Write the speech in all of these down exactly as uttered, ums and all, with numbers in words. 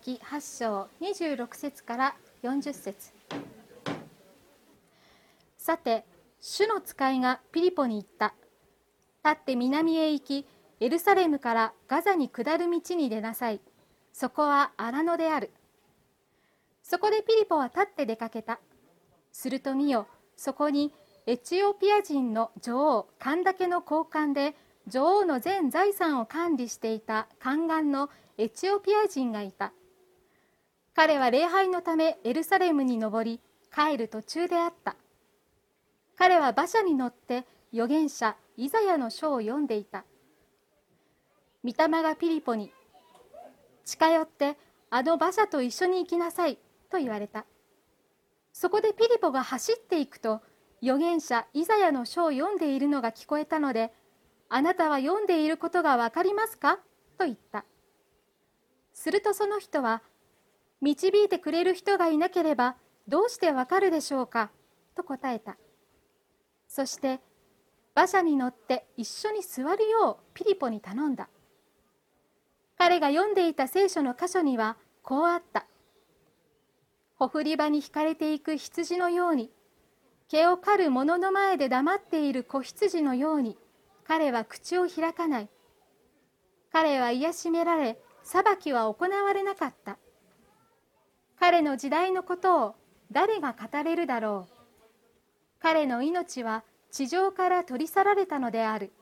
記はち章にじゅうろく節からよんじゅっ節。さて、主の使いがピリポに言った。立って南へ行き、エルサレムからガザに下る道に出なさい。そこは荒野である。そこでピリポは立って出かけた。すると見よ、そこにエチオピア人の女王カンダケの高官で、女王の全財産を管理していた宦官のエチオピア人がいた。彼は礼拝のためエルサレムに登り、帰る途中であった。彼は馬車に乗って預言者イザヤの書を読んでいた。御霊がピリポに、近寄ってあの馬車と一緒に行きなさいと言われた。そこでピリポが走っていくと、預言者イザヤの書を読んでいるのが聞こえたので、あなたは読んでいることがわかりますかと言った。するとその人は、導いてくれる人がいなければどうしてわかるでしょうかと答えた。そして馬車に乗って一緒に座るようピリポに頼んだ。彼が読んでいた聖書の箇所にはこうあった。ほふり場に引かれていく羊のように、毛を刈る者の前で黙っている子羊のように、彼は口を開かない。彼は癒しめられ、裁きは行われなかった。彼の時代のことを誰が語れるだろう。彼の命は地上から取り去られたのである。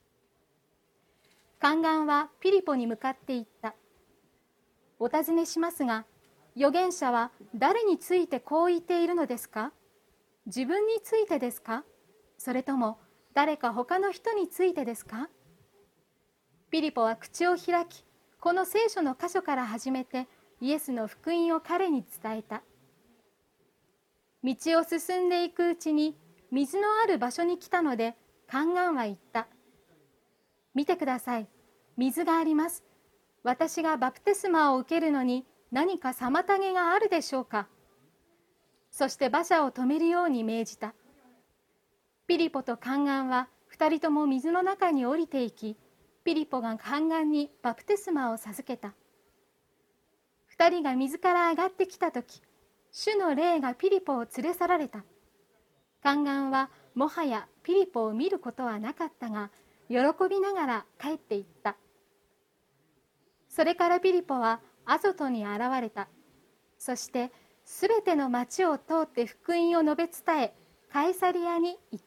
宦官はピリポに向かって言った。お尋ねしますが、預言者は誰についてこう言っているのですか？自分についてですか？それとも誰か他の人についてですか？ピリポは口を開き、この聖書の箇所から始めてイエスの福音を彼に伝えた。道を進んでいくうちに水のある場所に来たので、宦官は言った。見てください、水があります。私がバプテスマを受けるのに何か妨げがあるでしょうか。そして馬車を止めるように命じた。ピリポと宦官は二人とも水の中に降りていき、ピリポが宦官にバプテスマを授けた。二人が水から上がってきたとき、主の霊がピリポを連れ去られた。宦官はもはやピリポを見ることはなかったが、喜びながら帰っていった。それからピリポはアゾトに現れた。そしてすべての町を通って福音を述べ伝え、カエサリアに行った。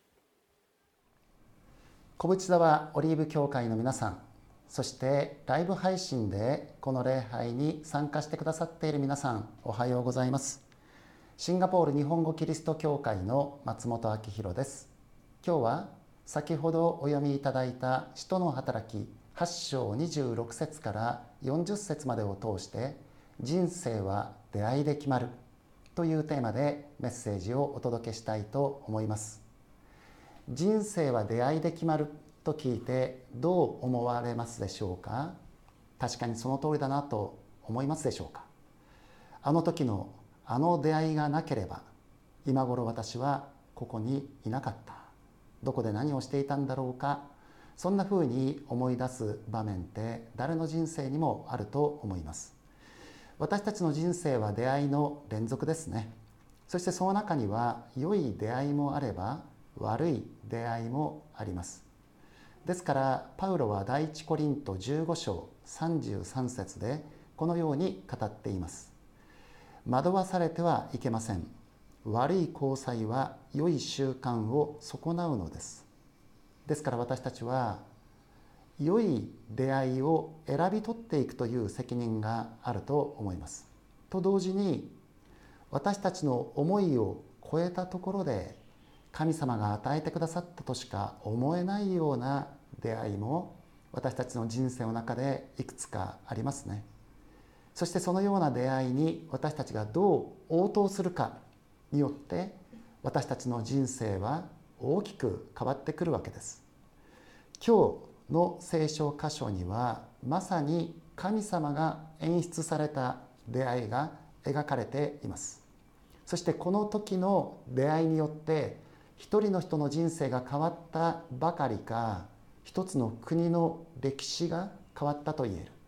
小淵沢オリーブ教会の皆さん、そしてライブ配信でこの礼拝に参加してくださっている皆さん、おはようございます。シンガポール日本語キリスト教会の松本明弘です。今日は先ほどお読みいただいた使徒の働きはち章にじゅうろく節からよんじゅっ節までを通して、人生は出会いで決まるというテーマでメッセージをお届けしたいと思います。人生は出会いで決まると聞いてどう思われますでしょうか。確かにその通りだなと思いますでしょうか。あの時のあの出会いがなければ、今頃私はここにいなかった。どこで何をしていたんだろうか。そんなふうに思い出す場面って誰の人生にもあると思います。私たちの人生は出会いの連続ですね。そしてその中には良い出会いもあれば悪い出会いもあります。ですからパウロは第一コリントじゅうご章さんじゅうさん節でこのように語っています。惑わされてはいけません。悪い交際は良い習慣を損なうのです。ですから私たちは良い出会いを選び取っていくという責任があると思います。と同時に、私たちの思いを超えたところで神様が与えてくださったとしか思えないような出会いも私たちの人生の中でいくつかありますね。そしてそのような出会いに私たちがどう応答するかによって私たちの人生は大きく変わってくるわけです。今日の聖書箇所にはまさに神様が演出された出会いが描かれています。そしてこの時の出会いによって一人の人の人生が変わったばかりか、一つの国の歴史が変わったと言える、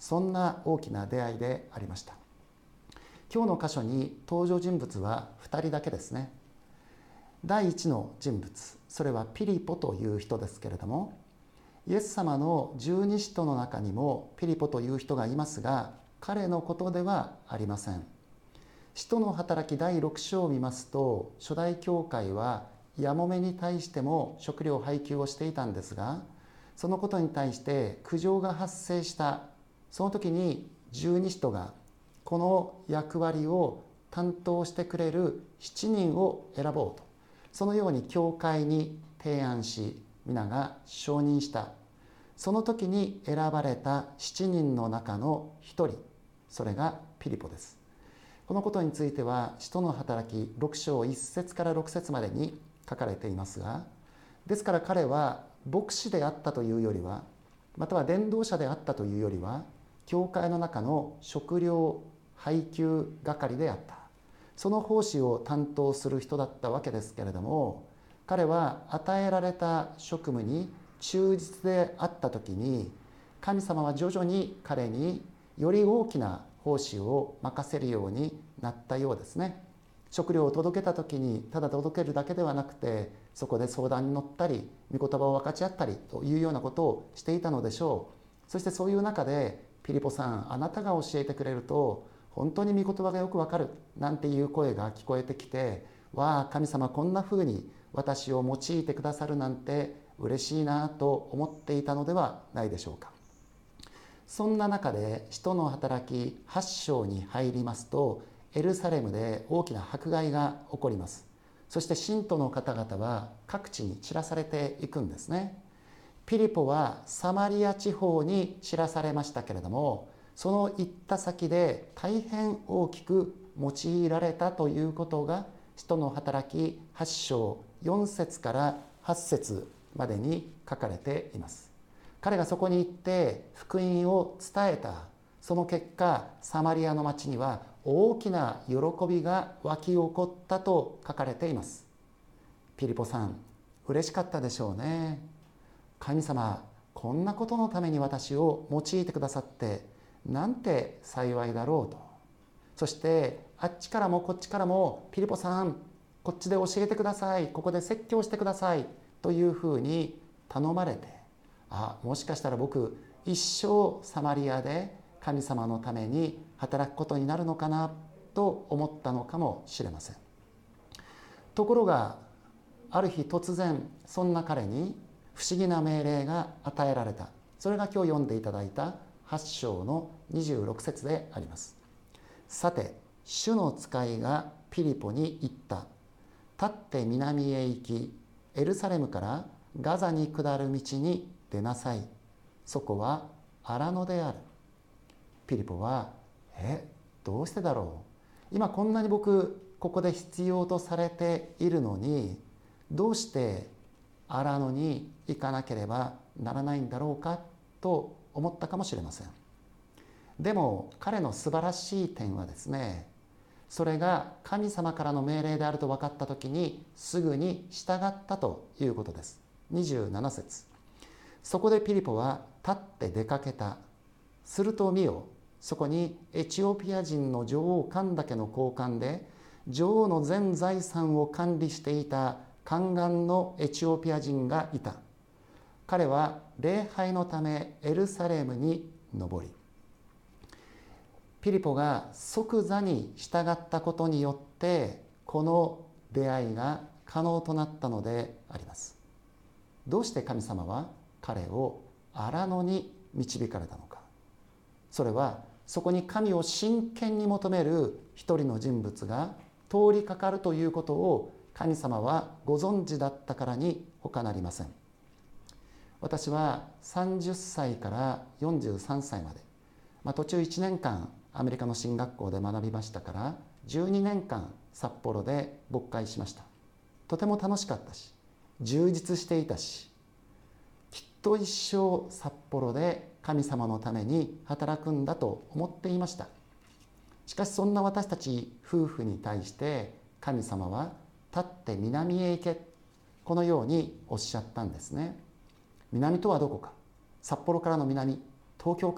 そんな大きな出会いでありました。今日の箇所に登場人物はふたりだけですね。第一の人物、それはピリポという人ですけれども、イエス様の十二使徒の中にもピリポという人がいますが、彼のことではありません。使徒の働きだいろく章を見ますと、初代教会はやもめに対しても食料配給をしていたんですが、そのことに対して苦情が発生した。その時に十二使徒がこの役割を担当してくれるしちにんを選ぼうと、そのように教会に提案し、皆が承認した。その時に選ばれたしちにんの中のひとり、それがピリポです。このことについては使徒の働きろく章いっ節からろく節までに書かれていますが、ですから彼は牧師であったというよりは、または伝道者であったというよりは、教会の中の食料配給係であった。その奉仕を担当する人だったわけですけれども、彼は与えられた職務に忠実であった時に、神様は徐々に彼により大きな奉仕を任せるようになったようですね。食料を届けた時にただ届けるだけではなくて、そこで相談に乗ったり御言葉を分かち合ったりというようなことをしていたのでしょう。そしてそういう中で、ピリポさん、あなたが教えてくれると本当に御言葉がよくわかるなんていう声が聞こえてきて、わあ、神様こんなふうに私を用いてくださるなんて嬉しいなと思っていたのではないでしょうか。そんな中で使徒の働きはち章に入りますと、エルサレムで大きな迫害が起こります。そして信徒の方々は各地に散らされていくんですね。ピリポはサマリア地方に散らされましたけれども、その行った先で大変大きく用いられたということが使徒の働きはち章よん節からはち節までに書かれています。彼がそこに行って福音を伝えた。その結果、サマリアの町には大きな喜びが湧き起こったと書かれています。ピリポさん、嬉しかったでしょうね。神様、こんなことのために私を用いてくださってなんて幸いだろうと。そしてあっちからもこっちからも、ピリポさん、こっちで教えてください、ここで説教してくださいというふうに頼まれて、あ、もしかしたら僕一生サマリアで神様のために働くことになるのかなと思ったのかもしれません。ところがある日突然、そんな彼に不思議な命令が与えられた。それが今日読んでいただいたはち章のにじゅうろく節であります。さて、主の使いがピリポに言った。立って南へ行き、エルサレムからガザに下る道に出なさい。そこは荒野である。ピリポは、え、どうしてだろう。今こんなに僕ここで必要とされているのに、どうして荒野に行かなければならないんだろうかと思ったかもしれません。でも彼の素晴らしい点はですね、それが神様からの命令であると分かった時にすぐに従ったということです。にじゅうなな節。そこでピリポは立って出かけた。すると見よ、そこにエチオピア人の女王カンダケの高官で、女王の全財産を管理していた宦官のエチオピア人がいた。彼は礼拝のためエルサレムに上り、ピリポが即座に従ったことによってこの出会いが可能となったのであります。どうして神様は彼を荒野に導かれたのか。それはそこに神を真剣に求める一人の人物が通りかかるということを神様はご存知だったからに他なりません。私はさんじゅっさいからよんじゅうさんさいまで、まあ、途中いちねんかんアメリカの神学校で学びましたから、じゅうにねんかん札幌で牧会しました。とても楽しかったし、充実していたし、きっと一生札幌で神様のために働くんだと思っていました。しかしそんな私たち夫婦に対して神様は立って南へ行け、このようにおっしゃったんですね。南とはどこか。札幌からの南、東京か。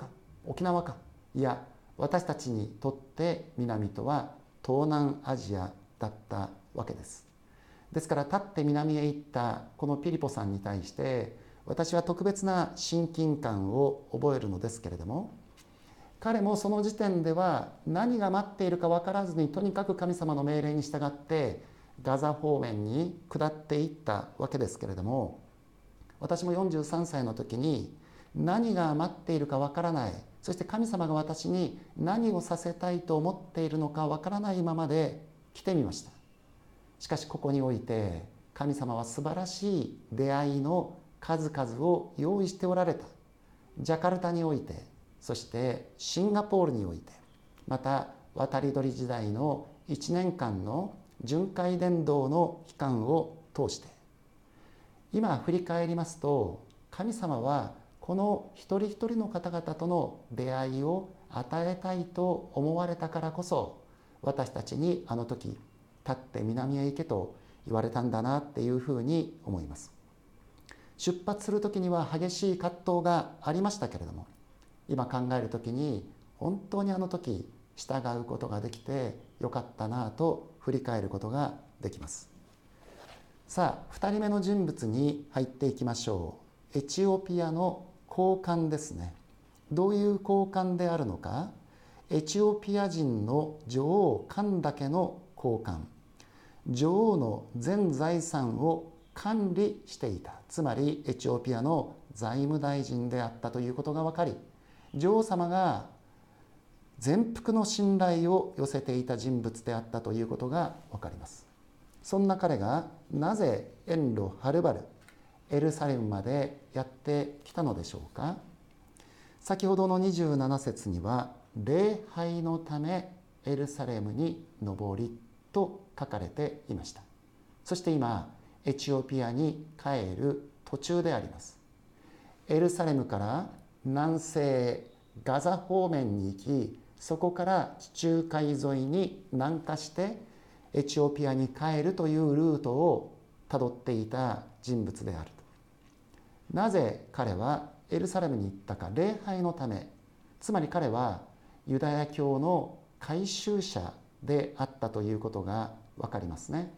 沖縄か、いや私たちにとって南とは東南アジアだったわけです。ですから立って南へ行ったこのピリポさんに対して私は特別な親近感を覚えるのですけれども、彼もその時点では何が待っているか分からずにとにかく神様の命令に従ってガザ方面に下っていったわけですけれども、私もよんじゅうさんさいの時に何が待っているか分からない、そして神様が私に何をさせたいと思っているのか分からないままで来てみました。しかしここにおいて神様は素晴らしい出会いの数々を用意しておられた。ジャカルタにおいて、そしてシンガポールにおいて、また渡り鳥時代のいちねんかんの巡回伝道の期間を通して、今振り返りますと、神様はこの一人一人の方々との出会いを与えたいと思われたからこそ、私たちにあの時立って南へ行けと言われたんだなっていうふうに思います。出発する時には激しい葛藤がありましたけれども、今考える時に本当にあの時従うことができてよかったなと振り返ることができます。さあふたりめの人物に入っていきましょう。エチオピアの高官ですね。どういう高官であるのか。エチオピア人の女王カンダケの高官、女王の全財産を管理していた、つまりエチオピアの財務大臣であったということが分かり、女王様が全幅の信頼を寄せていた人物であったということが分かります。そんな彼がなぜ遠路はるばるエルサレムまでやってきたのでしょうか。先ほどのにじゅうなな節には礼拝のためエルサレムに上りと書かれていました。そして今エチオピアに帰る途中であります。エルサレムから南西ガザ方面に行き、そこから地中海沿いに南下してエチオピアに帰るというルートをたどっていた人物であると。なぜ彼はエルサレムに行ったか。礼拝のため、つまり彼はユダヤ教の改宗者であったということが分かりますね。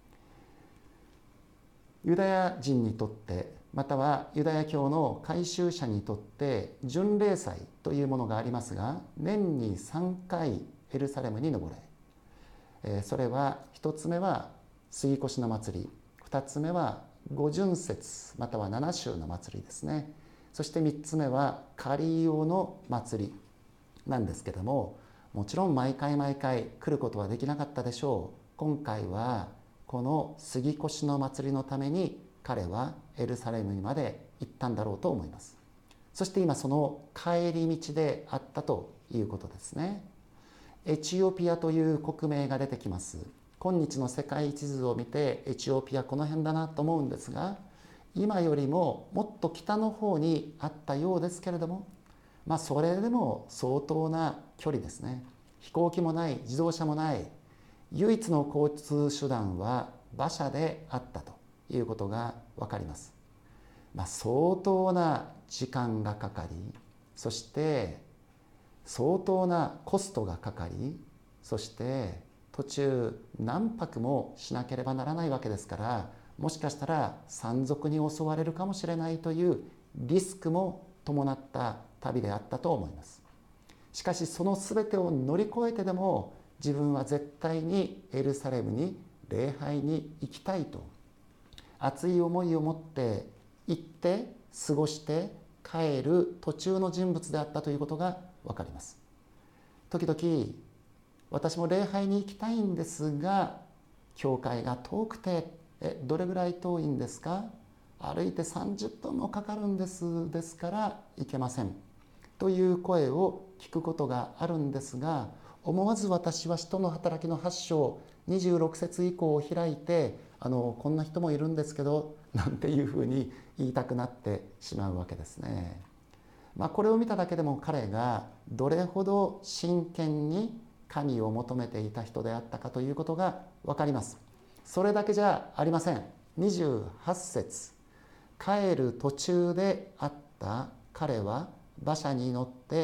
ユダヤ人にとって、またはユダヤ教の改宗者にとって巡礼祭というものがありますが、年にさんかいエルサレムに登れ。それは一つ目は杉越の祭り、二つ目は五巡節または七週の祭りですね。そして三つ目はカリオの祭りなんですけれども、もちろん毎回毎回来ることはできなかったでしょう。今回はこの杉越の祭りのために彼はエルサレムにまで行ったんだろうと思います。そして今その帰り道であったということですね。エチオピアという国名が出てきます。今日の世界地図を見てエチオピアこの辺だなと思うんですが、今よりももっと北の方にあったようですけれども、まあそれでも相当な距離ですね。飛行機もない自動車もない、唯一の交通手段は馬車であったということが分かります。まあ、相当な時間がかかり、そして相当なコストがかかり、そして途中何泊もしなければならないわけですから、もしかしたら山賊に襲われるかもしれないというリスクも伴った旅であったと思います。しかしその全てを乗り越えてでも自分は絶対にエルサレムに礼拝に行きたいと熱い思いを持って行って過ごして帰る途中の人物であったということが分かります。時々私も礼拝に行きたいんですが、教会が遠くて、えどれぐらい遠いんですか、歩いてさんじゅっぷんもかかるんです、ですから行けませんという声を聞くことがあるんですが、思わず私は使徒の働きのはち章にじゅうろく節以降を開いて、あのこんな人もいるんですけどなんていうふうに言いたくなってしまうわけですね。まあ、これを見ただけでも彼がどれほど真剣に神を求めていた人であったかということが分かります。それだけじゃありません。にじゅうはち節、帰る途中であった彼は馬車に乗って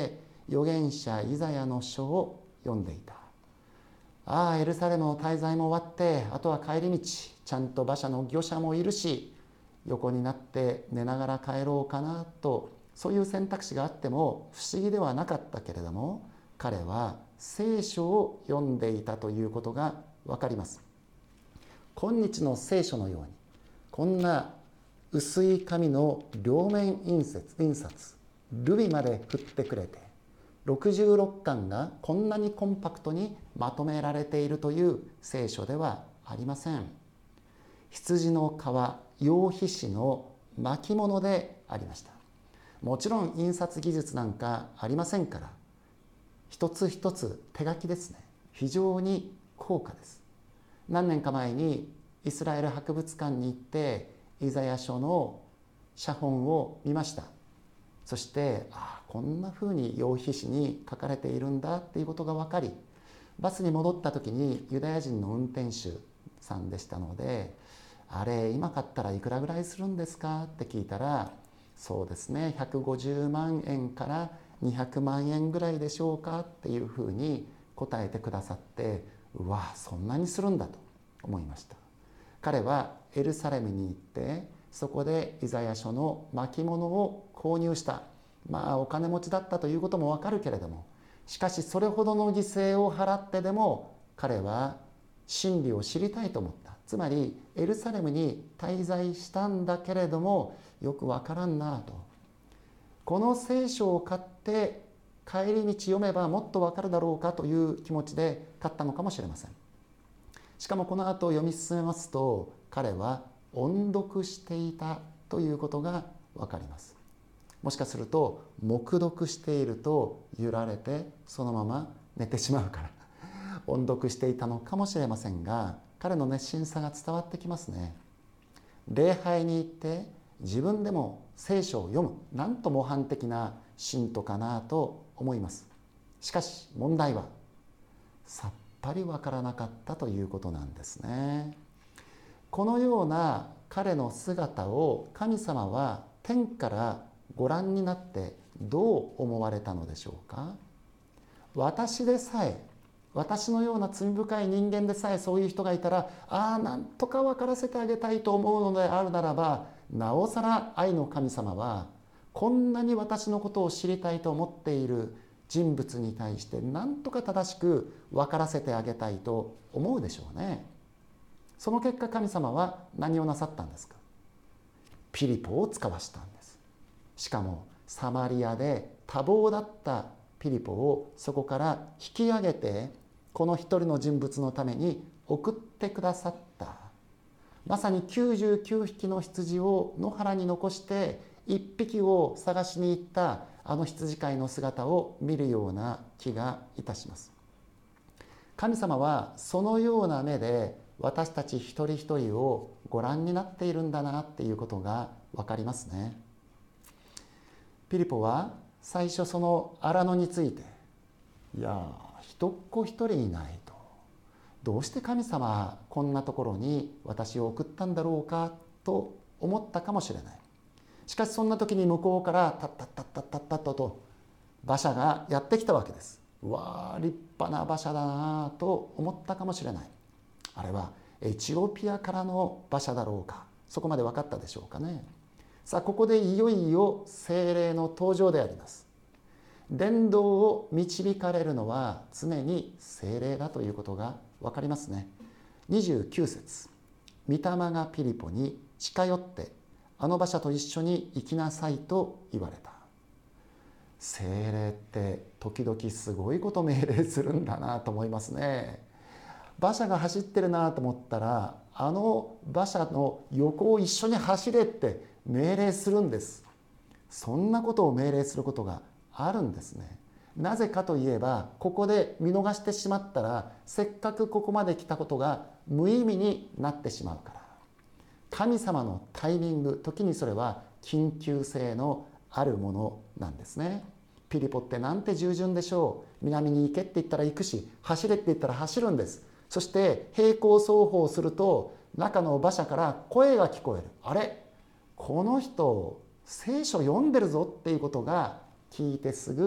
預言者イザヤの書を読んでいた。ああ、エルサレムの滞在も終わって、あとは帰り道、ちゃんと馬車の御者もいるし、横になって寝ながら帰ろうかなと、そういう選択肢があっても不思議ではなかったけれども、彼は聖書を読んでいたということが分かります。今日の聖書のように、こんな薄い紙の両面印刷、印刷ルビまで振ってくれて、ろくじゅうろっかんがこんなにコンパクトにまとめられているという聖書ではありません。羊の皮、羊皮紙の巻物でありました。もちろん印刷技術なんかありませんから、一つ一つ手書きですね。非常に高価です。何年か前にイスラエル博物館に行ってイザヤ書の写本を見ました。そしてああ、こんなふうに羊皮紙に書かれているんだっていうことが分かり、バスに戻った時にユダヤ人の運転手さんでしたので、あれ今買ったらいくらぐらいするんですかって聞いたら、そうですね、ひゃくごじゅうまんえんからにひゃくまんえんぐらいでしょうかっていうふうに答えてくださって、うわ、そんなにするんだと思いました。彼はエルサレムに行ってそこでイザヤ書の巻物を購入した。まあお金持ちだったということもわかるけれども、しかしそれほどの犠牲を払ってでも彼は真理を知りたいと思った。つまりエルサレムに滞在したんだけれどもよくわからんなと。この聖書を買って帰り道読めばもっとわかるだろうかという気持ちで買ったのかもしれません。しかもこの後読み進めますと、彼は音読していたということがわかります。もしかすると黙読していると揺られてそのまま寝てしまうから音読していたのかもしれませんが、彼の熱心さが伝わってきますね。礼拝に行って自分でも聖書を読む、なんと模範的な信徒かなと思います。しかし問題はさっぱりわからなかったということなんですね。このような彼の姿を神様は天からご覧になってどう思われたのでしょうか。私でさえ、私のような罪深い人間でさえそういう人がいたら、ああ、なんとか分からせてあげたいと思うのであるならば、なおさら愛の神様はこんなに私のことを知りたいと思っている人物に対してなんとか正しく分からせてあげたいと思うでしょうね。その結果、神様は何をなさったんですか。ピリポを使わしたんです。しかもサマリアで多忙だったピリポをそこから引き上げて、この一人の人物のために送ってくださった。まさにきゅうじゅうきゅうひきの羊を野原に残していっぴきを探しに行ったあの羊飼いの姿を見るような気がいたします。神様はそのような目で私たち一人一人をご覧になっているんだなっていうことが分かりますね。ピリポは最初その荒野について、いや一っ子一人いないと、どうして神様はこんなところに私を送ったんだろうかと思ったかもしれない。しかしそんな時に向こうからタッタッタッタッタッタッタと馬車がやってきたわけです。うわー、立派な馬車だなと思ったかもしれない。あれはエチオピアからの馬車だろうか、そこまで分かったでしょうかね。さあここでいよいよ聖霊の登場であります。伝道を導かれるのは常に聖霊だということが分かりますね。にじゅうきゅう節、御霊がピリポに近寄ってあの馬車と一緒に行きなさいと言われた。聖霊って時々すごいこと命令するんだなと思いますね。馬車が走ってるなと思ったら、あの馬車の横を一緒に走れって命令するんです。そんなことを命令することがあるんですね。なぜかといえば、ここで見逃してしまったらせっかくここまで来たことが無意味になってしまうから。神様のタイミング、時にそれは緊急性のあるものなんですね。ピリポってなんて従順でしょう。南に行けって言ったら行くし、走れって言ったら走るんです。そして平行走法をすると中の馬車から声が聞こえる。あれ、この人聖書読んでるぞっていうことが聞いてすぐ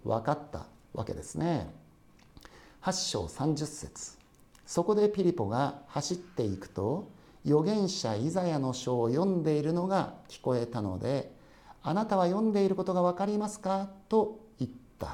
分かったわけですね。はち章さんじゅっ節。そこでピリポが走っていくと、預言者イザヤの書を読んでいるのが聞こえたので、あなたは読んでいることが分かりますかと言った。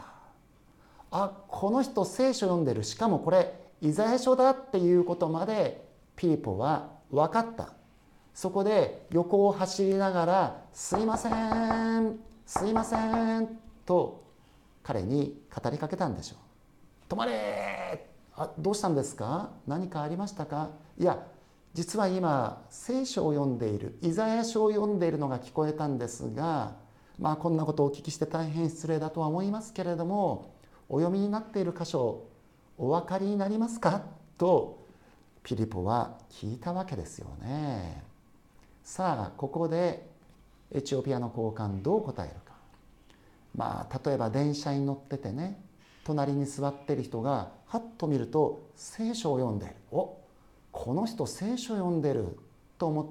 あ、この人聖書読んでる、しかもこれイザヤ書だっていうことまでピリポは分かった。そこで横を走りながら、すいません、すいませんと彼に語りかけたんでしょう。止まれ。あ、どうしたんですか？何かありましたか？いや、実は今聖書を読んでいる、イザヤ書を読んでいるのが聞こえたんですが、まあこんなことをお聞きして大変失礼だとは思いますけれども、お読みになっている箇所お分かりになりますかとピリポは聞いたわけですよね。さあここでエチオピアの高官どう答えるか。まあ例えば電車に乗っててね、隣に座っている人がはっと見ると聖書を読んでいる。お、この人聖書を読んでると思って、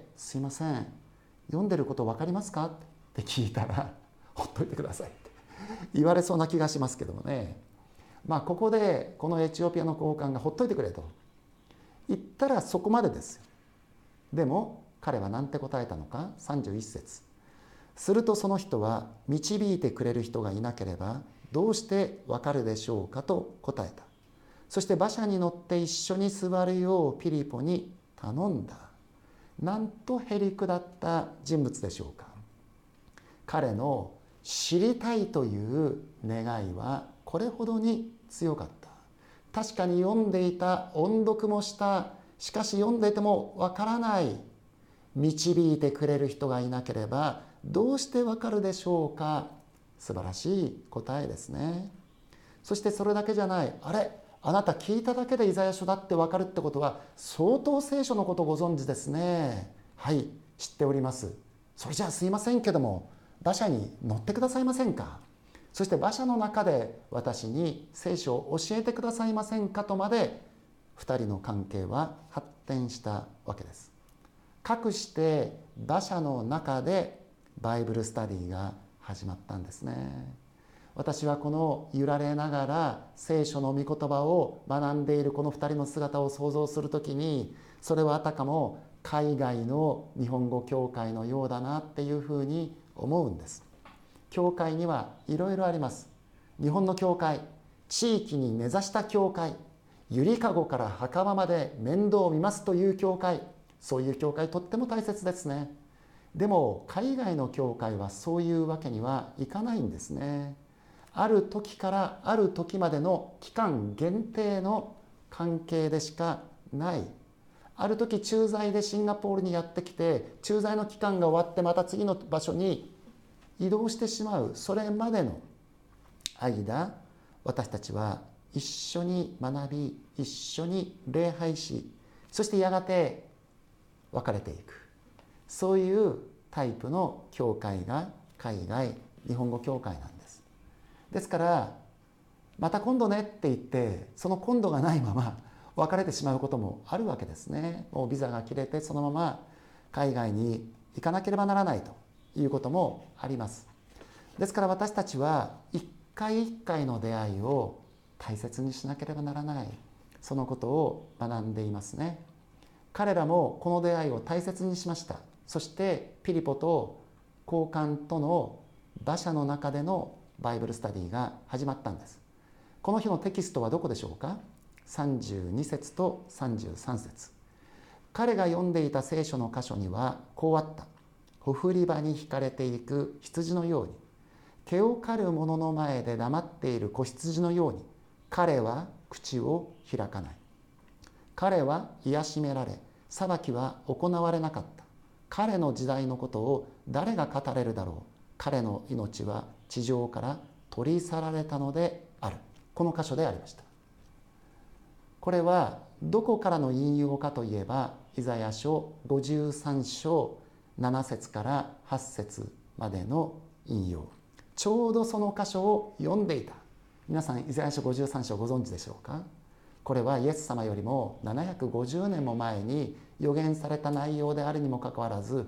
すいません、読んでること分かりますかって聞いたら、ほっといてくださいって言われそうな気がしますけどもね。まあここでこのエチオピアの高官がほっといてくれと言ったらそこまでですよ。でも彼は何て答えたのか。さんじゅういち節。するとその人は、導いてくれる人がいなければどうしてわかるでしょうかと答えた。そして馬車に乗って一緒に座るようピリポに頼んだ。なんとへりくだった人物でしょうか。彼の知りたいという願いはこれほどに強かった。確かに読んでいた、音読もした。しかし読んでいてもわからない。導いてくれる人がいなければどうしてわかるでしょうか。素晴らしい答えですね。そしてそれだけじゃない。あれ、あなた聞いただけでイザヤ書だってわかるってことは相当聖書のことをご存知ですね。はい、知っております。それじゃあすいませんけども馬車に乗ってくださいませんか。そして馬車の中で私に聖書を教えてくださいませんかとまでふたりの関係は発展したわけです。かくして馬車の中でバイブルスタディが始まったんですね。私はこの揺られながら聖書の御言葉を学んでいるこのふたりの姿を想像するときに、それはあたかも海外の日本語教会のようだなっていうふうに思うんです。教会にはいろいろあります。日本の教会、地域に根ざした教会、ゆりかごから墓場まで面倒を見ますという教会、そういう教会とっても大切ですね。でも海外の教会はそういうわけにはいかないんですね。ある時からある時までの期間限定の関係でしかない。ある時駐在でシンガポールにやってきて、駐在の期間が終わってまた次の場所に移動してしまう。それまでの間、私たちは一緒に学び、一緒に礼拝し、そしてやがて別れていく。そういうタイプの教会が海外日本語教会なんです。ですからまた今度ねって言ってその今度がないまま別れてしまうこともあるわけですね。もうビザが切れてそのまま海外に行かなければならないということもあります。ですから私たちは一回一回の出会いを大切にしなければならない、そのことを学んでいますね。彼らもこの出会いを大切にしました。そしてピリポと高官との馬車の中でのバイブルスタディが始まったんです。この日のテキストはどこでしょうか。さんじゅうに節とさんじゅうさん節。彼が読んでいた聖書の箇所にはこうあった。ほふり場に引かれていく羊のように、毛を刈る者の前で黙っている子羊のように、彼は口を開かない。彼は癒しめられ、裁きは行われなかった。彼の時代のことを誰が語れるだろう。彼の命は地上から取り去られたのである。この箇所でありました。これはどこからの引用かといえば、イザヤ書ごじゅうさん章なな節からはち節までの引用。ちょうどその箇所を読んでいた。皆さんイザヤ書ごじゅうさん章ご存知でしょうか。これはイエス様よりもななひゃくごじゅうねんも前に予言された内容であるにもかかわらず、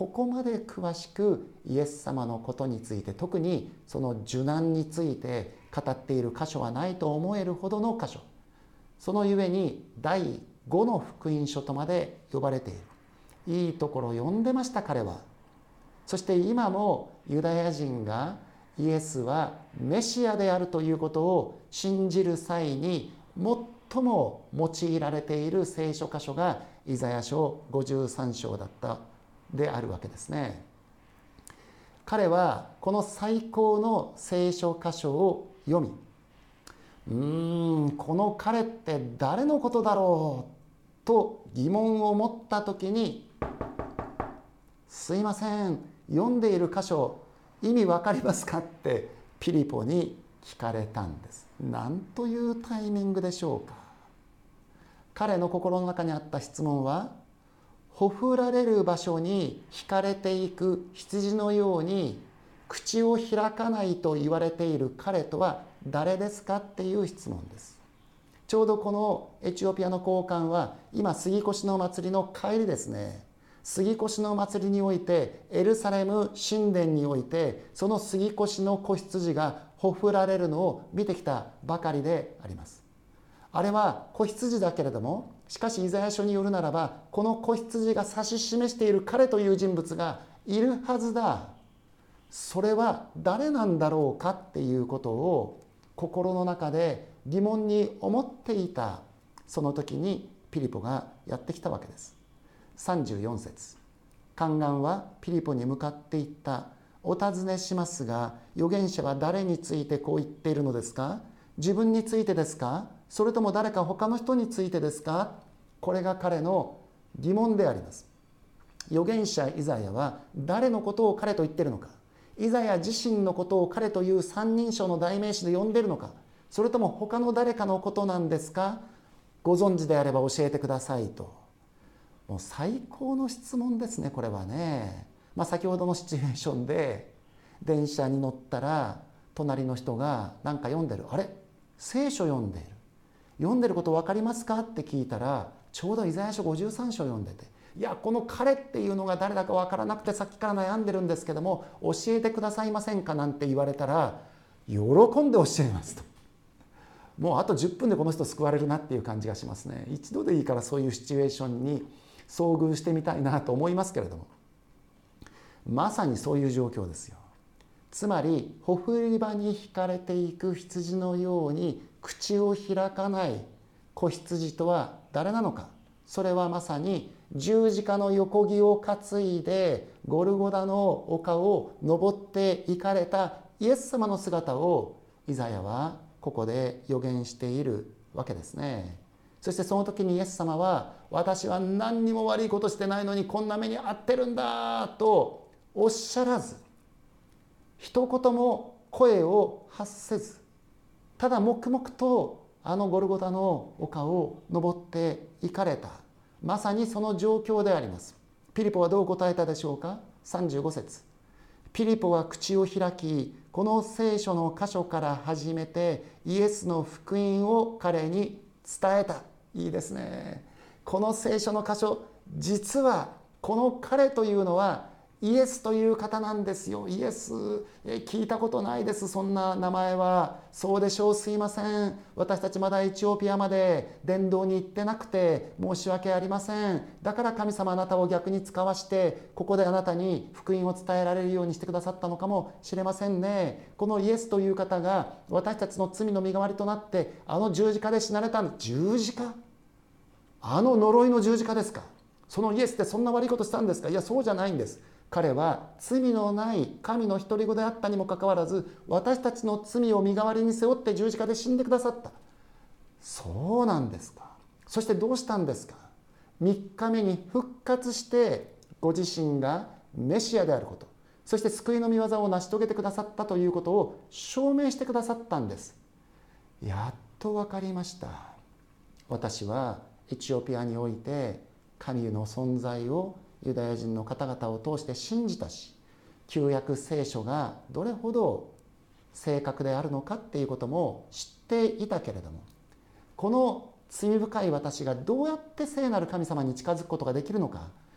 ここまで詳しくイエス様のことについて、特にその受難について語っている箇所はないと思えるほどの箇所、そのゆえにだいごの福音書とまで呼ばれている。いいところを読んでました彼は。そして今もユダヤ人がイエスはメシアであるということを信じる際に最も用いられている聖書箇所がイザヤ書ごじゅうさん章だったであるわけですね。彼はこの最高の聖書箇所を読み、うーんこの彼って誰のことだろうと疑問を持った時に、すいません、読んでいる箇所意味わかりますかってピリポに聞かれたんです。なんというタイミングでしょうか。彼の心の中にあった質問は、ほふられる場所に引かれていく羊のように口を開かないと言われている彼とは誰ですかっていう質問です。ちょうどこのエチオピアの高官は今杉越の祭りの帰りですね、杉越の祭りにおいてエルサレム神殿においてその杉越の子羊がほふられるのを見てきたばかりであります。あれは子羊だけれども、しかしイザヤ書によるならば、この子羊が指し示している彼という人物がいるはずだ、それは誰なんだろうかっていうことを心の中で疑問に思っていたその時にピリポがやってきたわけです。さんじゅうよん節、宦官はピリポに向かって言った。お尋ねしますが、預言者は誰についてこう言っているのですか？自分についてですか？それとも誰か他の人についてですか？これが彼の疑問であります。預言者イザヤは誰のことを彼と言っているのか、イザヤ自身のことを彼という三人称の代名詞で呼んでいるのか、それとも他の誰かのことなんですか？ご存知であれば教えてくださいと。もう最高の質問ですね、これはね。まあ、先ほどのシチュエーションで電車に乗ったら隣の人が何か読んでる、あれ聖書読んでいる、読んでること分かりますかって聞いたら、ちょうどイザヤ書ごじゅうさん章読んでて、いやこの彼っていうのが誰だか分からなくてさっきから悩んでるんですけども教えてくださいませんかなんて言われたら喜んで教えますと。もうあとじゅっぷんでこの人救われるなっていう感じがしますね。一度でいいからそういうシチュエーションに遭遇してみたいなと思いますけれども、まさにそういう状況ですよ。つまりほふり場に引かれていく羊のように口を開かない子羊とは誰なのか。それはまさに十字架の横木を担いでゴルゴダの丘を登っていかれたイエス様の姿をイザヤはここで予言しているわけですね。そしてその時にイエス様は、私は何にも悪いことしてないのにこんな目に遭ってるんだとおっしゃらず、一言も声を発せず、ただ黙々とあのゴルゴダの丘を登っていかれた、まさにその状況であります。ピリポはどう答えたでしょうか。さんじゅうご節、ピリポは口を開き、この聖書の箇所から始めてイエスの福音を彼に伝えた。いいですね。この聖書の箇所、実はこの彼というのはイエスという方なんですよ。イエス、え聞いたことないです、そんな名前は。そうでしょう、すいません、私たちまだエチオピアまで伝道に行ってなくて申し訳ありません。だから神様あなたを逆に使わしてここであなたに福音を伝えられるようにしてくださったのかもしれませんね。このイエスという方が私たちの罪の身代わりとなってあの十字架で死なれたんです。十字架、あの呪いの十字架ですか。そのイエスってそんな悪いことしたんですか。いやそうじゃないんです。彼は罪のない神の独り子であったにもかかわらず、私たちの罪を身代わりに背負って十字架で死んでくださった。そうなんですか。そしてどうしたんですか。みっかめに復活してご自身がメシアであること、そして救いの御業を成し遂げてくださったということを証明してくださったんです。やっと分かりました。私はエチオピアにおいて神の存在をユダヤ人の方々を通して信じたし、旧約聖書がどれほど正確であるのかっていうことも知っていたけれども、この罪深い私がどうやって聖なる神様に近づくことができるのか、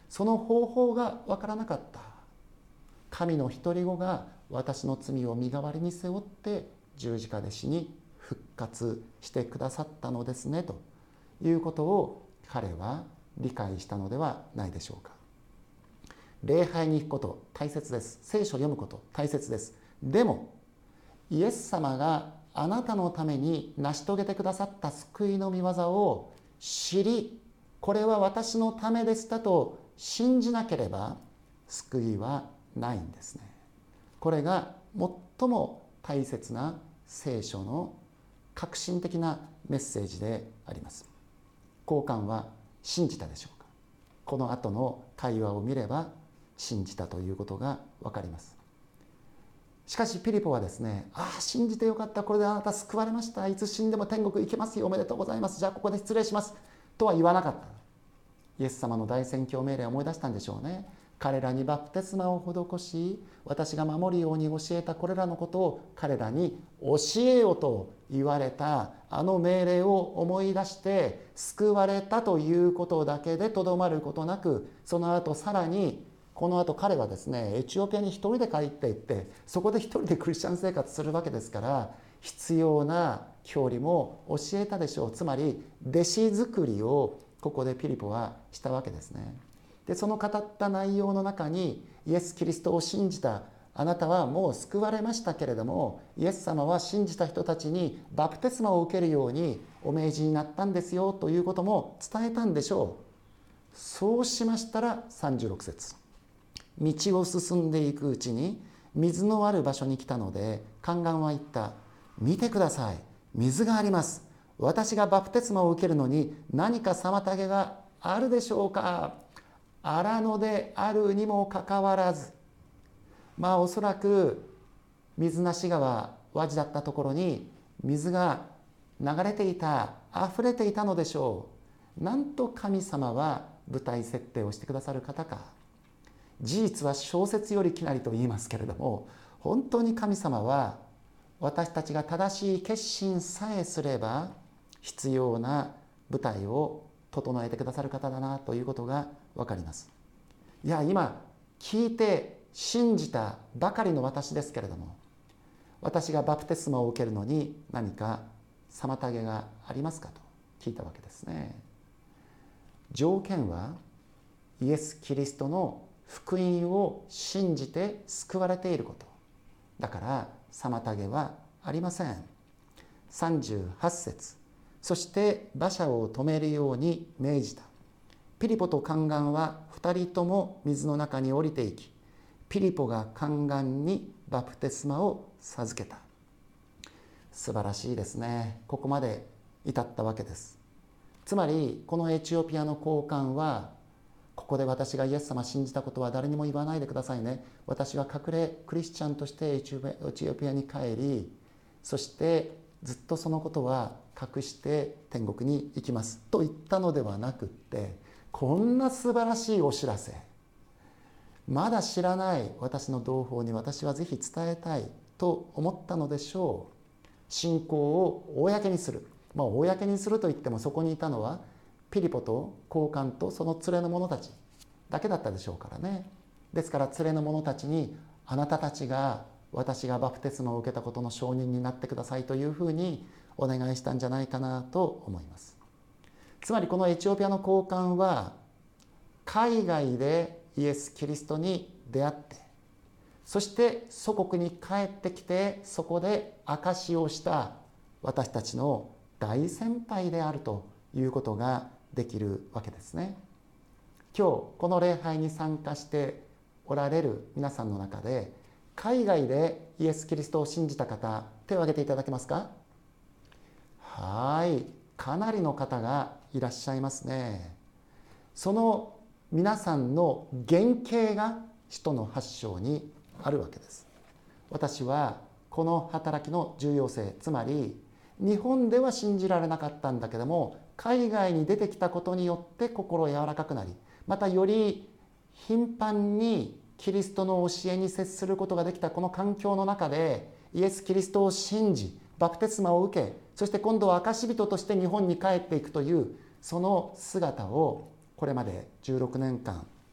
その方法が分からなかった。神の独り子が私の罪を身代わりに背負って十字架で死に復活してくださったのですねということを彼は理解したのではないでしょうか。礼拝に行くこと大切です。聖書を読むこと大切です。でもイエス様があなたのために成し遂げてくださった救いの御業を知り、これは私のためでしたと信じなければ救いはないんですね。これが最も大切な聖書の革新的なメッセージであります。交換は信じたでしょうか。この後の会話を見れば信じたということが分かります。しかしピリポはですね、ああ信じてよかった、これであなた救われました、いつ死んでも天国行けますよ、おめでとうございます、じゃあここで失礼しますとは言わなかった。イエス様の大宣教命令を思い出したんでしょうね。彼らにバプテスマを施し、私が守るように教えたこれらのことを彼らに教えよと言われたあの命令を思い出して救われたということだけでとどまることなく、その後さらにこの後彼はですね、エチオピアに一人で帰っていって、そこで一人でクリスチャン生活するわけですから、必要な教理も教えたでしょう。つまり弟子作りをここでピリポはしたわけですね。でその語った内容の中に、イエス・キリストを信じたあなたはもう救われましたけれども、イエス様は信じた人たちにバプテスマを受けるようにお命じになったんですよということも伝えたんでしょう。そうしましたらさんじゅうろく節、道を進んでいくうちに水のある場所に来たので、宦官は言った。見てください、水があります。私がバプテスマを受けるのに何か妨げがあるでしょうか。荒野であるにもかかわらず、まあおそらく水無川和地だったところに水が流れていた、溢れていたのでしょう。なんと神様は舞台設定をしてくださる方か。事実は小説よりきなりと言いますけれども、本当に神様は私たちが正しい決心さえすれば必要な舞台を整えてくださる方だなということが分かります。いや今聞いて信じたばかりの私ですけれども、私がバプテスマを受けるのに何か妨げがありますかと聞いたわけですね。条件はイエス・キリストの福音を信じて救われていること。だから妨げはありません。さんじゅうはち節、そして馬車を止めるように命じた。ピリポと宦官は二人とも水の中に降りていき、ピリポが宦官にバプテスマを授けた。素晴らしいですね。ここまで至ったわけです。つまりこのエチオピアの高官は、ここで私がイエス様を信じたことは誰にも言わないでくださいね。私は隠れクリスチャンとしてエチオピアに帰り、そしてずっとそのことは隠して天国に行きますと言ったのではなくって、こんな素晴らしいお知らせ、まだ知らない私の同胞に私はぜひ伝えたいと思ったのでしょう。信仰を公にする、まあ公にするといってもそこにいたのはピリポと高官とその連れの者たちだけだったでしょうからね。ですから連れの者たちに、あなたたちが私がバプテスマを受けたことの証人になってくださいというふうにお願いしたんじゃないかなと思います。つまりこのエチオピアの高官は海外でイエス・キリストに出会って、そして祖国に帰ってきてそこで証しをした私たちの大先輩であるということができるわけですね。今日この礼拝に参加しておられる皆さんの中で、海外でイエス・キリストを信じた方、手を挙げていただけますか。はい、かなりの方がいらっしゃいますね。その皆さんの原型が使徒の発祥にあるわけです。私はこの働きの重要性、つまり日本では信じられなかったんだけども、海外に出てきたことによって心柔らかくなり、またより頻繁にキリストの教えに接することができたこの環境の中で、イエス・キリストを信じバプテスマを受け、そして今度は証人として日本に帰っていくというその姿をこれまでじゅうろくねんかん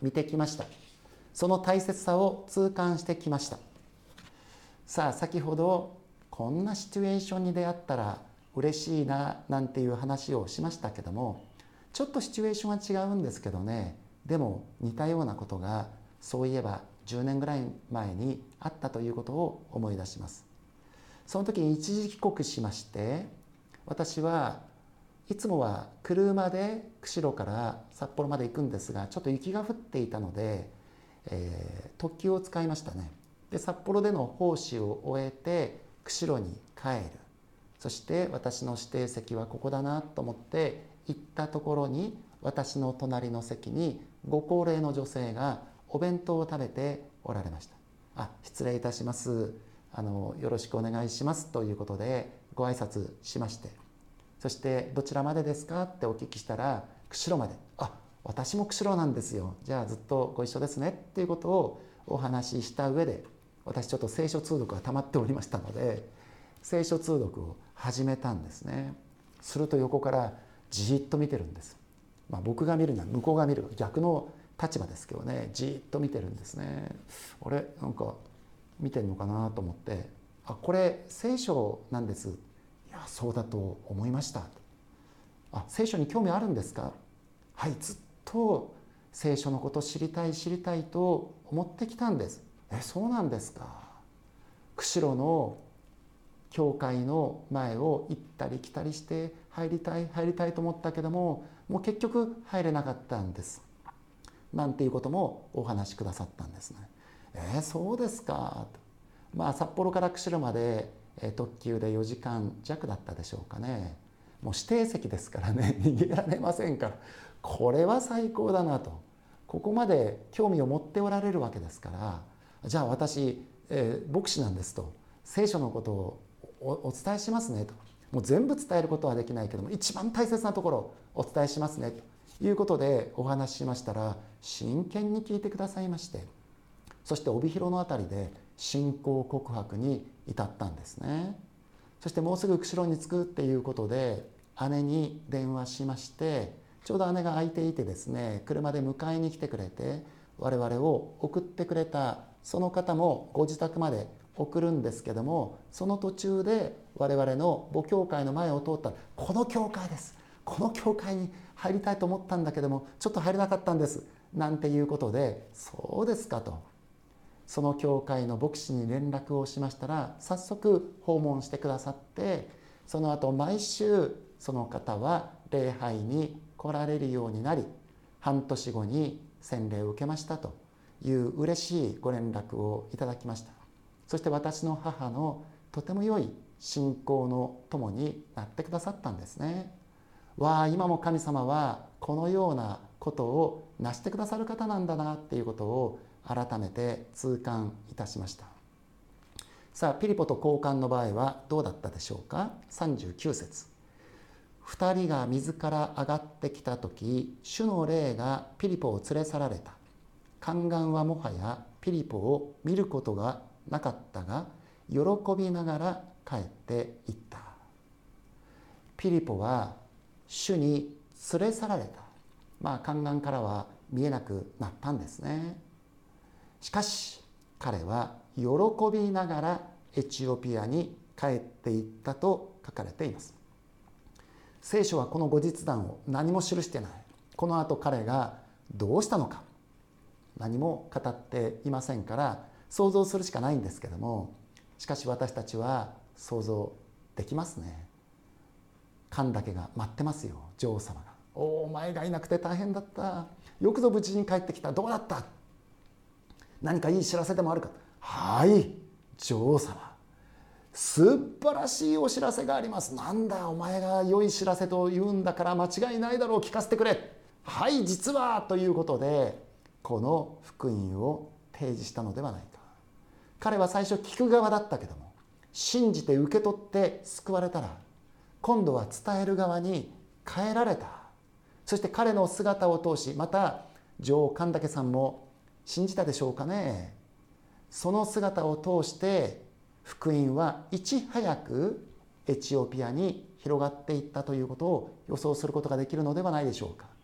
見てきました。その大切さを痛感してきました。さあ、先ほどこんなシチュエーションに出会ったら嬉しいななんていう話をしましたけども、ちょっとシチュエーションは違うんですけどね、でも似たようなことがそういえばじゅうねんぐらい前にあったということを思い出します。その時に一時帰国しまして、私はいつもは車で釧路から札幌まで行くんですが、ちょっと雪が降っていたので、えー、特急を使いましたね。で、札幌での奉仕を終えて釧路に帰る。そして私の指定席はここだなと思って行ったところに、私の隣の席にご高齢の女性がお弁当を食べておられました。あ、失礼いたします。あのよろしくお願いしますということでご挨拶しまして、そしてどちらまでですかってお聞きしたら、釧路まで。あ、私も釧路なんですよ。じゃあずっとご一緒ですねっていうことをお話しした上で、私ちょっと聖書通読が溜まっておりましたので、聖書通読を始めたんですね。すると横からじーっと見てるんです。まあ、僕が見るのは向こうが見る逆の立場ですけどね、じーっと見てるんですね。あれ、なんか見てるのかなと思って、あ、これ聖書なんです。いや、そうだと思いました。あ、聖書に興味あるんですか。はい、ずっと聖書のこと知りたい知りたいと思ってきたんです。え、そうなんですか。釧路の教会の前を行ったり来たりして入りたい入りたいと思ったけども、もう結局入れなかったんですなんていうこともお話しくださったんですね。えー、そうですか。まあ札幌から釧路まで、えー、特急でよじかんじゃくだったでしょうかね。もう指定席ですからね、逃げられませんから、これは最高だなと。ここまで興味を持っておられるわけですから、じゃあ私、えー、牧師なんですと、聖書のことを お, お伝えしますねと。もう全部伝えることはできないけども、一番大切なところをお伝えしますねということでお話ししましたら、真剣に聞いてくださいまして、そして帯広のあたりで信仰告白に至ったんですね。そしてもうすぐ釧路に着くっていうことで姉に電話しまして、ちょうど姉が空いていてですね、車で迎えに来てくれて我々を送ってくれたその方もご自宅まで送るんですけども、その途中で我々の母教会の前を通ったら、この教会です、この教会に入りたいと思ったんだけどもちょっと入れなかったんですなんていうことで、そうですかと、その教会の牧師に連絡をしましたら、早速訪問してくださって、その後毎週その方は礼拝に来られるようになり、半年後に洗礼を受けましたという嬉しいご連絡をいただきました。そして私の母のとても良い信仰の友になってくださったんですね。わあ、今も神様はこのようなことをなしてくださる方なんだなっていうことを改めて痛感いたしました。さあ、ピリポと交換の場合はどうだったでしょうか。さんじゅうきゅう節、二人が水から上がってきた時、主の霊がピリポを連れ去られた。宦官はもはやピリポを見ることがなかったが、喜びながら帰っていった。ピリポは主に連れ去られた。まあ宦官からは見えなくなったんですね。しかし彼は喜びながらエチオピアに帰っていったと書かれています。聖書はこの後日談を何も記してない。この後彼がどうしたのか何も語っていませんから、想像するしかないんですけども、しかし私たちは想像できますね。神だけが待ってますよ、女王様が。おお前がいなくて大変だった、よくぞ無事に帰ってきた、どうだった、何かいい知らせでもあるか。はい、女王様、素晴らしいお知らせがあります。なんだお前が良い知らせと言うんだから間違いないだろう、聞かせてくれ。はい、実はということでこの福音を提示したのではないか。彼は最初聞く側だったけども、信じて受け取って救われたら、今度は伝える側に変えられた。そして彼の姿を通し、また女王神岳さんも信じたでしょうかね。その姿を通して福音はいち早くエチオピアに広がっていったということを予想することができるのではないでしょうか。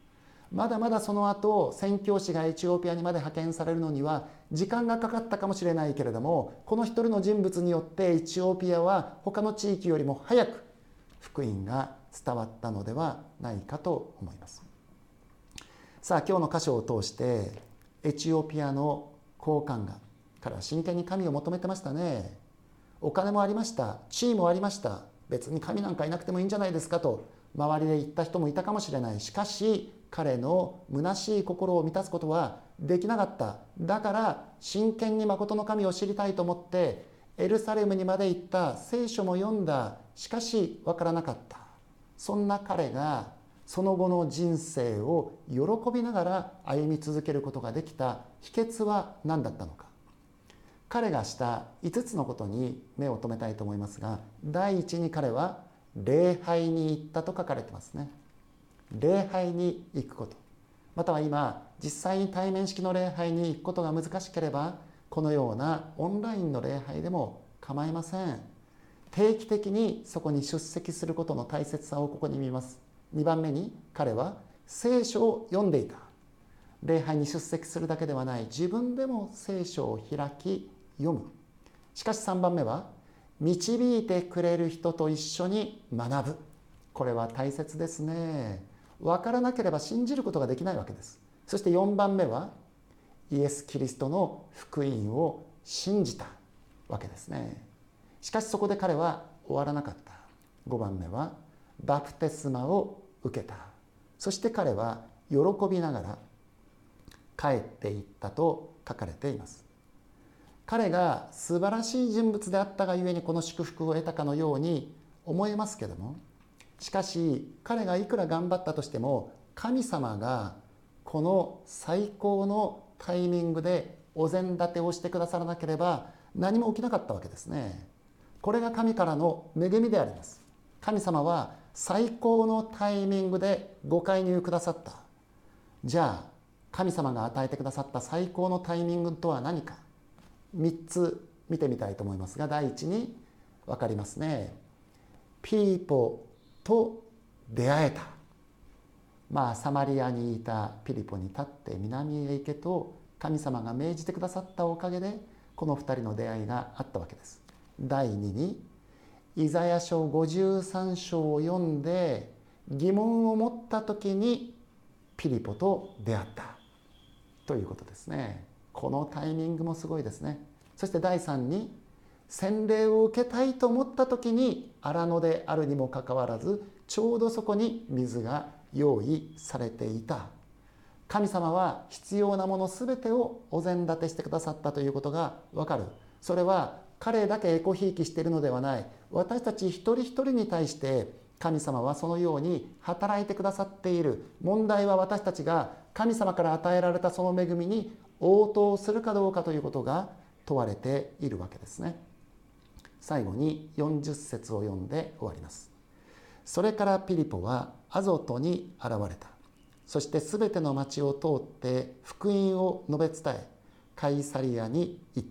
まだまだその後宣教師がエチオピアにまで派遣されるのには時間がかかったかもしれないけれども、この一人の人物によってエチオピアは他の地域よりも早く福音が伝わったのではないかと思います。さあ、今日の箇所を通してエチオピアの高官が、彼は真剣に神を求めてましたね。お金もありました、地位もありました、別に神なんかいなくてもいいんじゃないですかと周りで言った人もいたかもしれない。しかし彼の虚しい心を満たすことはできなかった。だから真剣に誠の神を知りたいと思ってエルサレムにまで行った、聖書も読んだ。しかし分からなかった。そんな彼がその後の人生を喜びながら歩み続けることができた秘訣は何だったのか。彼がしたいつつのことに目を留めたいと思いますが、第一に彼は礼拝に行ったと書かれてますね。礼拝に行くこと、または今実際に対面式の礼拝に行くことが難しければ、このようなオンラインの礼拝でも構いません。定期的にそこに出席することの大切さをここに見ます。にばんめに彼は聖書を読んでいた。礼拝に出席するだけではない、自分でも聖書を開き読む。しかしさんばんめは導いてくれる人と一緒に学ぶ。これは大切ですね。分からなければ信じることができないわけです。そしてよんばんめはイエス・キリストの福音を信じたわけですね。しかしそこで彼は終わらなかった。ごばんめはバプテスマを受けた。そして彼は喜びながら帰っていったと書かれています。彼が素晴らしい人物であったがゆえにこの祝福を得たかのように思えますけども、しかし彼がいくら頑張ったとしても、神様がこの最高のタイミングでお膳立てをしてくださらなければ何も起きなかったわけですね。これが神からの恵みであります。神様は最高のタイミングでご介入くださった。じゃあ神様が与えてくださった最高のタイミングとは何か、みっつ見てみたいと思いますが、第一に分かりますね。ピーポと出会えた。まあサマリアにいたピリポに立って南へ行けと神様が命じてくださったおかげでこのふたりの出会いがあったわけです。第二にイザヤ書ごじゅうさん章を読んで疑問を持った時にピリポと出会ったということですね。このタイミングもすごいですね。そして第三に洗礼を受けたいと思った時に荒野であるにもかかわらずちょうどそこに水が用意されていた。神様は必要なものすべてをお膳立てしてくださったということがわかる。それは彼だけエコひいきしているのではない。私たち一人一人に対して神様はそのように働いてくださっている。問題は私たちが神様から与えられたその恵みに応答するかどうかということが問われているわけですね。最後によんじゅっ節を読んで終わります。それからピリポはアゾトに現れた。そしてすべての町を通って福音を述べ伝え、カイサリアに行った。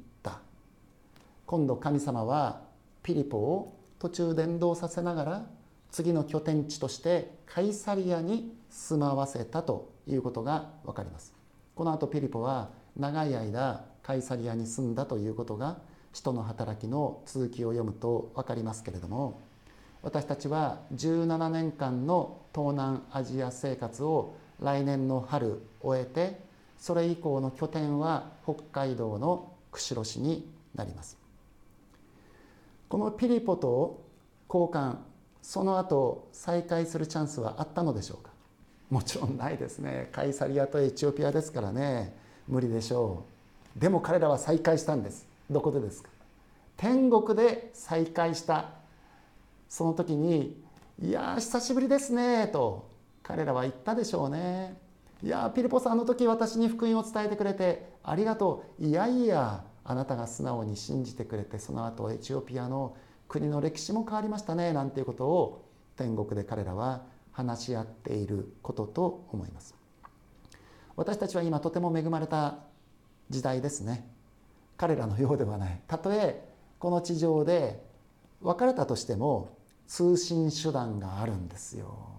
今度神様はピリポを途中伝道させながら次の拠点地としてカイサリアに住まわせたということが分かります。この後ピリポは長い間カイサリアに住んだということが使徒の働きの続きを読むと分かりますけれども、私たちはじゅうななねんかんの東南アジア生活を来年の春終えて、それ以降の拠点は北海道の釧路市になります。このピリポと交換、その後再会するチャンスはあったのでしょうか。もちろんないですね。カイサリアとエチオピアですからね、無理でしょう。でも彼らは再会したんです。どこでですか。天国で再会した。その時にいや久しぶりですねと彼らは言ったでしょうね。いやピリポさん、あの時私に福音を伝えてくれてありがとう。いやいやあなたが素直に信じてくれて、その後エチオピアの国の歴史も変わりましたね、なんていうことを天国で彼らは話し合っていることと思います。私たちは今とても恵まれた時代ですね。彼らのようではない。たとえこの地上で別れたとしても通信手段があるんですよ。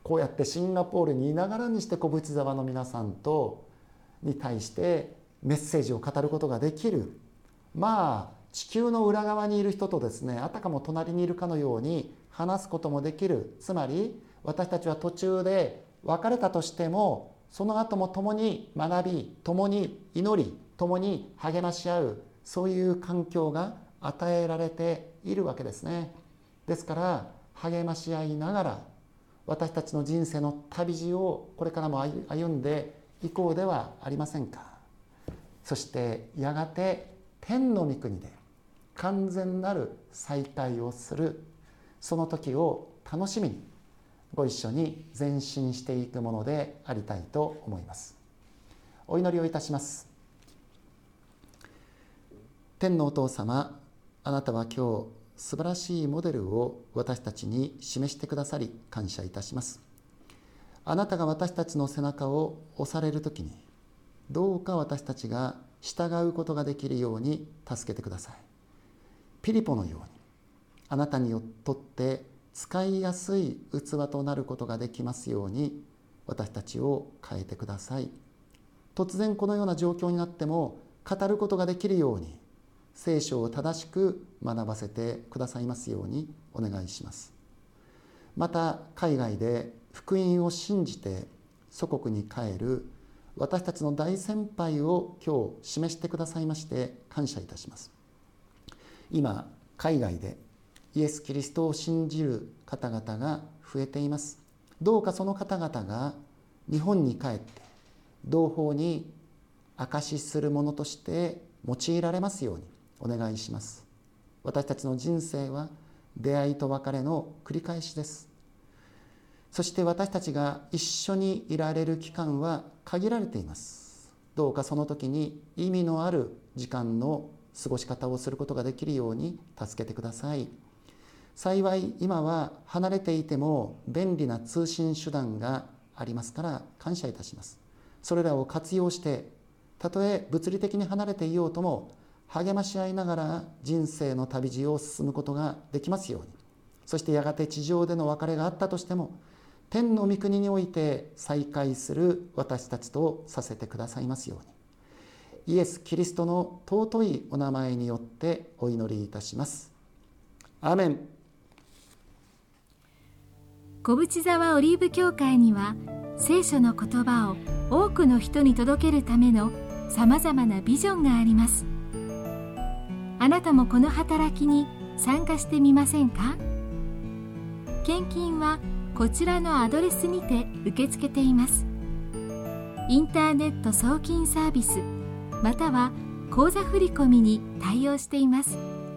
こうやってシンガポールにいながらにして小淵沢の皆さんとに対してメッセージを語ることができる、まあ地球の裏側にいる人とですね、あたかも隣にいるかのように話すこともできる。つまり私たちは途中で別れたとしても、その後も共に学び、共に祈り、共に励まし合う、そういう環境が与えられているわけですね。ですから励まし合いながら私たちの人生の旅路をこれからも歩んでいこうではありませんか。そしてやがて天の御国で完全なる再会をする、その時を楽しみにご一緒に前進していくものでありたいと思います。お祈りをいたします。天のお父様、あなたは今日素晴らしいモデルを私たちに示してくださり感謝いたします。あなたが私たちの背中を押されるときに、どうか私たちが従うことができるように助けてください。ピリポのようにあなたにとって使いやすい器となることができますように私たちを変えてください。突然このような状況になっても語ることができるように聖書を正しく学ばせてくださいますようにお願いします。また海外で福音を信じて祖国に帰る私たちの大先輩を今日示してくださいまして感謝いたします。今海外でイエス・キリストを信じる方々が増えています。どうかその方々が日本に帰って同胞に証しするものとして用いられますようにお願いします。私たちの人生は出会いと別れの繰り返しです。そして私たちが一緒にいられる期間は限られています。どうかその時に意味のある時間の過ごし方をすることができるように助けてください。幸い今は離れていても便利な通信手段がありますから感謝いたします。それらを活用してたとえ物理的に離れていようとも励まし合いながら人生の旅路を進むことができますように、そしてやがて地上での別れがあったとしても天の御国において再会する私たちとさせてくださいますように、イエス・キリストの尊いお名前によってお祈りいたします。アーメン。 小淵沢オリーブ教会には聖書の言葉を多くの人に届けるためのさまざまなビジョンがあります。あなたもこの働きに参加してみませんか？献金はこちらのアドレスにて受け付けています。インターネット送金サービスまたは口座振込に対応しています。